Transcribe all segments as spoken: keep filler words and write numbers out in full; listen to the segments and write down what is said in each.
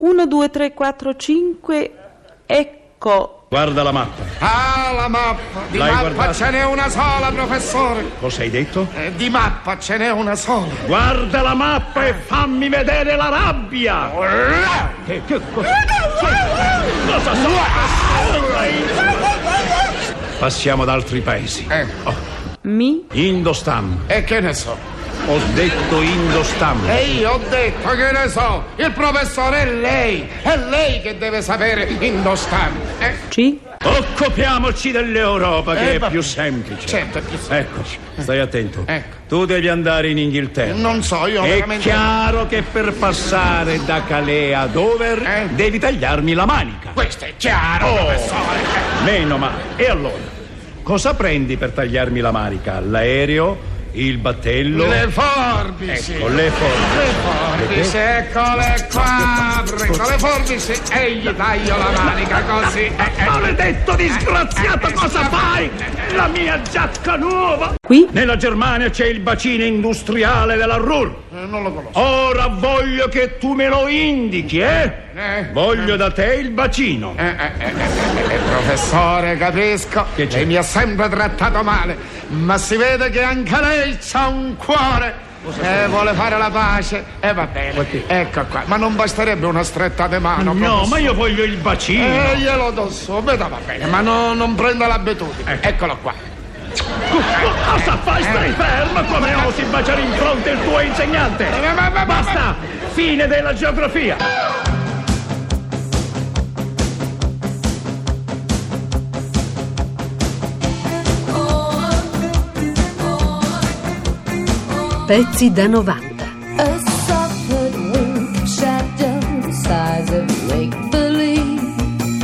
uno, due, tre, quattro, cinque, ecco. Guarda la mappa. Ah, la mappa. Di L'hai mappa guardata? ce n'è una sola, professore. Cosa hai detto? Eh, di mappa ce n'è una sola. Guarda la mappa e fammi vedere la rabbia. Che, che cosa? Cosa sono? Passiamo ad altri paesi. Eh. Oh, Mi? Indostan. E che ne so? Ho detto Indostan. E io ho detto che ne so. Il professore è lei. È lei che deve sapere Indostan. Eh? C? Occupiamoci dell'Europa, che Eh, è va- più semplice. Certo, è più semplice. Eccoci, stai attento. Ecco. Tu devi andare in Inghilterra. Non so, io È veramente... chiaro che per passare da Calais a Dover Eh? devi tagliarmi la manica. Questo è chiaro, Oh. professore. Meno male. E allora, cosa prendi per tagliarmi la manica? L'aereo? Il battello? Le forbici. Ecco, le forbici. Le forbici, eccole qua. Prendo le forbici e gli taglio la manica così. Eh, eh. Maledetto disgraziato, cosa fai? La mia giacca nuova! Qui? Nella Germania c'è il bacino industriale della Ruhr. Eh, non lo conosco. Ora voglio che tu me lo indichi, eh? Eh. Voglio da te il bacino. Eh, eh, eh, eh, eh, professore, capisco. Che c'è? Lei mi ha sempre trattato male, ma si vede che anche lei c'ha un cuore. E vuole fare la pace. E eh, va bene. Ecco qua. Ma non basterebbe una stretta di mano, No, professore? ma io voglio il bacino. Eh, glielo do subito, va bene. Ma no- non prenda l'abitudine. Ecco. Eccolo qua. Cosa fai? Stai fermo! Come osi baciare in fronte il tuo insegnante? Eh, ma- ma- ma- Basta! Fine della geografia! Pezzi da novanta. A soft wing shadow the size of make-believe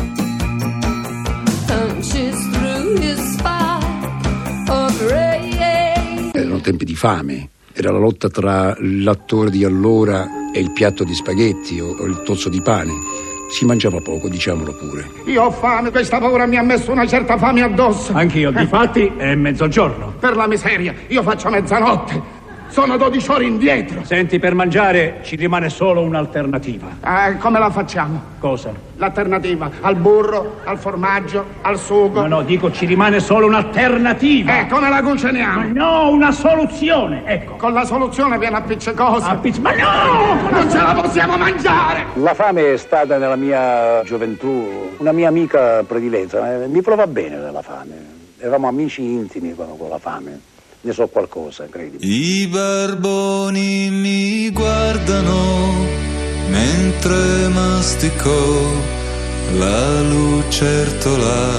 punches through his spike of ray. Erano tempi di fame, era la lotta tra l'attore di allora e il piatto di spaghetti o, o il tozzo di pane. Si mangiava poco, diciamolo pure. Io ho fame, questa paura mi ha messo una certa fame addosso. Anch'io, difatti è mezzogiorno. Per la miseria, io faccio mezzanotte. Sono dodici ore indietro. Senti, per mangiare ci rimane solo un'alternativa. Ah, come la facciamo? Cosa? L'alternativa al burro, al formaggio, al sugo. No, no, dico ci rimane solo un'alternativa. Eh, come la cuciniamo? No, una soluzione, ecco. Con la soluzione viene appiccicosa. Appicci- Ma no! Non ce la possiamo mangiare! La fame è stata nella mia gioventù una mia amica prediletta, eh, mi prova bene nella fame. Eravamo amici intimi con, con la fame. Ne so qualcosa, credi. I barboni mi guardano mentre mastico la lucertola.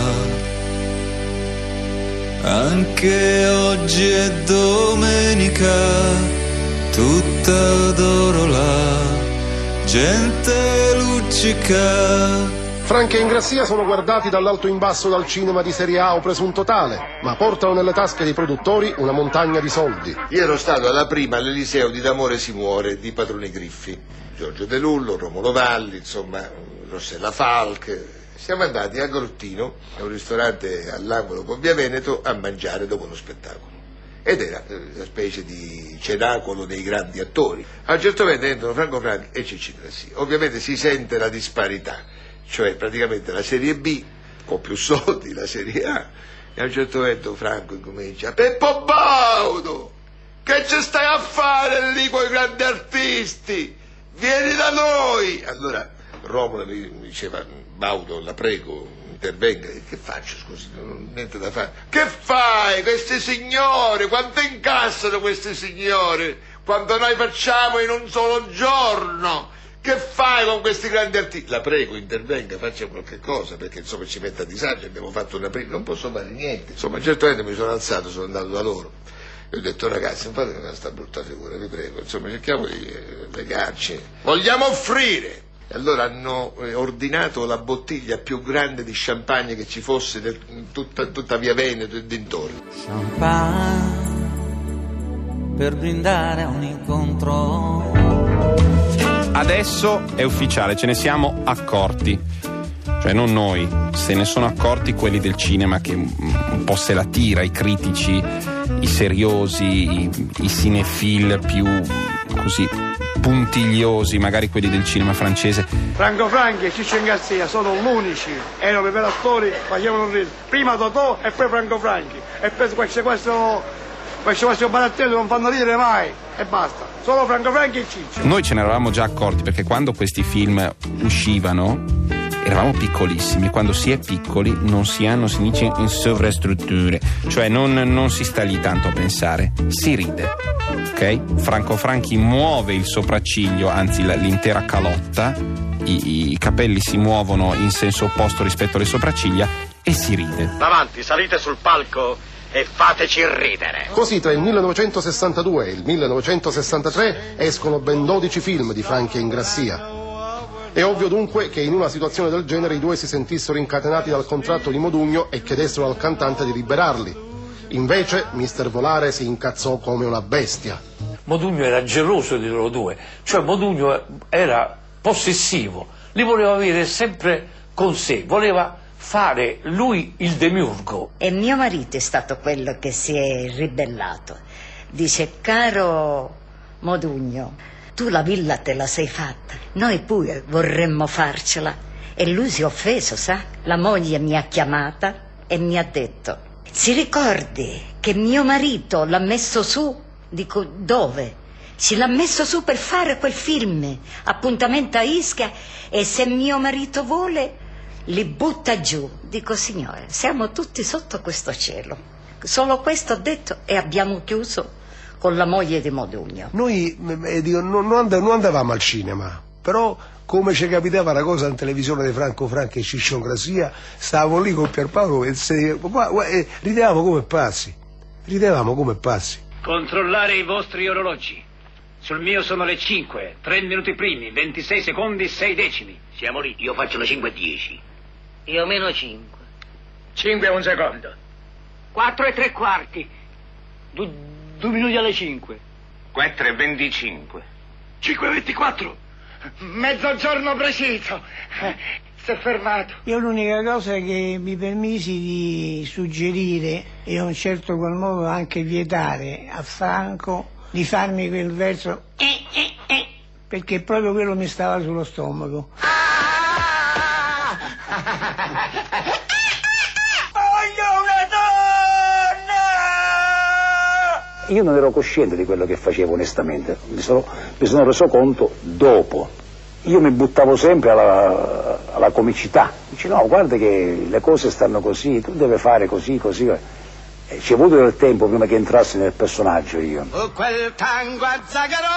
Anche oggi è domenica, tutta d'oro la gente luccica. Franchi e Ingrassia sono guardati dall'alto in basso dal cinema di serie A o presunto tale, ma portano nelle tasche dei produttori una montagna di soldi. Io ero stato alla prima all'Eliseo di D'amore si muore di Padroni Griffi, Giorgio De Lullo, Romolo Valli, insomma Rossella Falk. Siamo andati a Grottino, a un ristorante all'angolo con Via Veneto, a mangiare dopo lo spettacolo. Ed era una specie di cenacolo dei grandi attori. A un certo momento entrano Franco Franchi e Cicci Ingrassia. Ovviamente si sente la disparità. Cioè praticamente la serie B con più soldi, la serie A, e a un certo momento Franco incomincia: Peppo Baudo, che ci stai a fare lì con i grandi artisti? Vieni da noi! Allora Romolo mi diceva: Baudo, la prego, intervenga. Che faccio, scusi, non ho niente da fare. Che fai? Queste signore, quanto incassano queste signore? Quanto noi facciamo in un solo giorno? Che fai con questi grandi artisti? La prego, intervenga, faccia qualche cosa, perché insomma ci mette a disagio, abbiamo fatto una prima, non posso fare niente. Insomma, certamente mi sono alzato, sono andato da loro. E ho detto: ragazzi, non fate questa brutta figura, vi prego, insomma, cerchiamo di eh, legarci. Vogliamo offrire! E allora hanno eh, ordinato la bottiglia più grande di champagne che ci fosse del, tutta, tutta Via Veneto e dintorni. Champagne per brindare a un incontro. Adesso è ufficiale, ce ne siamo accorti, cioè non noi, se ne sono accorti quelli del cinema che un po' se la tira, i critici, i seriosi, i, i cinefil più così puntigliosi, magari quelli del cinema francese. Franco Franchi e Ciccio Garzia sono gli unici, erano i veri attori, facevano ridere. Prima Totò e poi Franco Franchi. E per questo, questo, questo, questo barattello non fanno ridere mai, e basta. Solo Franco Franchi e Ciccio. Noi ce ne eravamo già accorti, perché quando questi film uscivano eravamo piccolissimi. Quando si è piccoli non si ha, non si dice in sovrastrutture, cioè non, non si sta lì tanto a pensare, si ride. Ok? Franco Franchi muove il sopracciglio, anzi l'intera calotta, i, i capelli si muovono in senso opposto rispetto alle sopracciglia e si ride. Davanti, salite sul palco e fateci ridere. Così tra il millenovecentosessantadue e il millenovecentosessantatré escono ben dodici film di Franchi e Ingrassia. È ovvio dunque che in una situazione del genere i due si sentissero incatenati dal contratto di Modugno e chiedessero al cantante di liberarli. Invece mister Volare si incazzò come una bestia. Modugno era geloso di loro due, cioè Modugno era possessivo, li voleva avere sempre con sé, voleva fare lui il demiurgo. E mio marito è stato quello che si è ribellato. Dice: caro Modugno, tu la villa te la sei fatta, noi pure vorremmo farcela. E lui si è offeso, sa? La moglie mi ha chiamata e mi ha detto: si ricordi che mio marito l'ha messo su? Dico: dove? Si l'ha messo su per fare quel film, Appuntamento a Ischia, e se mio marito vuole li butta giù. Dico: signore, siamo tutti sotto questo cielo. Solo questo ho detto e abbiamo chiuso con la moglie di Modugno. Noi eh, dico, non, non andavamo al cinema, però come ci capitava una cosa in televisione di Franco Franchi e Ciccio Garzia, stavamo lì con Pierpaolo e, se, e ridevamo come pazzi, ridevamo come pazzi. Controllare i vostri orologi. Sul mio sono le cinque, tre minuti primi, ventisei secondi, sei decimi. Siamo lì, io faccio le cinque e dieci. Io meno cinque. cinque e un secondo. quattro e tre quarti. Du, due minuti alle cinque. quattro e venticinque. cinque e ventiquattro. Mezzogiorno preciso. Si è fermato. Io l'unica cosa che mi permisi di suggerire e in un certo qual modo anche vietare a Franco di farmi quel verso eh, eh, eh, perché proprio quello mi stava sullo stomaco. Io non ero cosciente di quello che facevo onestamente, mi sono, mi sono reso conto dopo. Io mi buttavo sempre alla, alla comicità, dice no, guarda che le cose stanno così, tu devi fare così, così. E ci è voluto del tempo prima che entrassi nel personaggio io. Oh, quel tango a Zagarol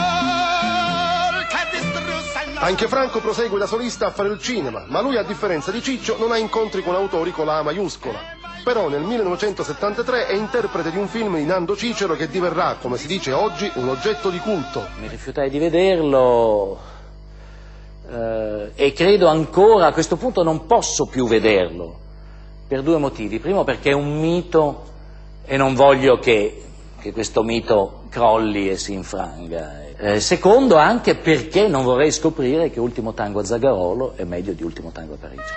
che distrusse il... Anche Franco prosegue da solista a fare il cinema, ma lui a differenza di Ciccio non ha incontri con autori con la A maiuscola. Però nel millenovecentosettantatré è interprete di un film di Nando Cicero che diverrà, come si dice oggi, un oggetto di culto. Mi rifiutai di vederlo eh, e credo ancora a questo punto non posso più vederlo per due motivi. Primo, perché è un mito e non voglio che, che questo mito crolli e si infranga. Eh, secondo, anche perché non vorrei scoprire che Ultimo Tango a Zagarolo è meglio di Ultimo Tango a Parigi.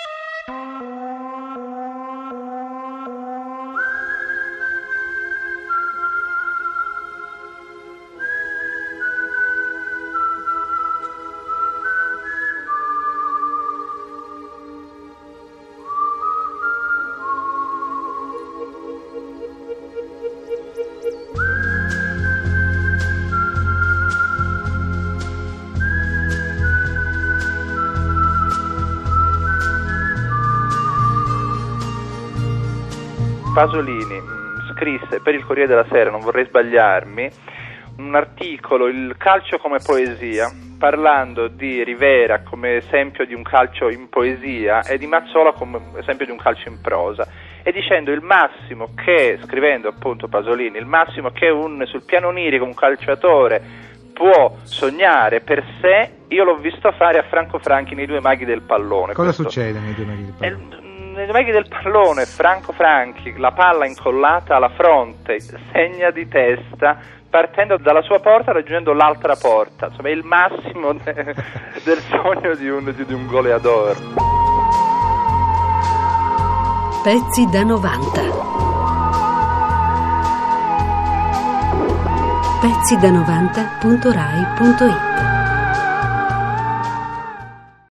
Pasolini mh, scrisse per il Corriere della Sera, non vorrei sbagliarmi, un articolo, Il calcio come poesia, parlando di Rivera come esempio di un calcio in poesia e di Mazzola come esempio di un calcio in prosa, e dicendo il massimo che, scrivendo appunto Pasolini, il massimo che un, sul piano onirico un calciatore può sognare per sé, io l'ho visto fare a Franco Franchi nei Due Maghi del Pallone. Cosa Questo, succede nei Due Maghi del Pallone? È, nei Due Maghi del Pallone Franco Franchi, la palla incollata alla fronte, segna di testa, partendo dalla sua porta raggiungendo l'altra porta, insomma è il massimo de, del sogno di un, di, di un goleador. Pezzi da novanta. pezzi da novanta punto rai punto it.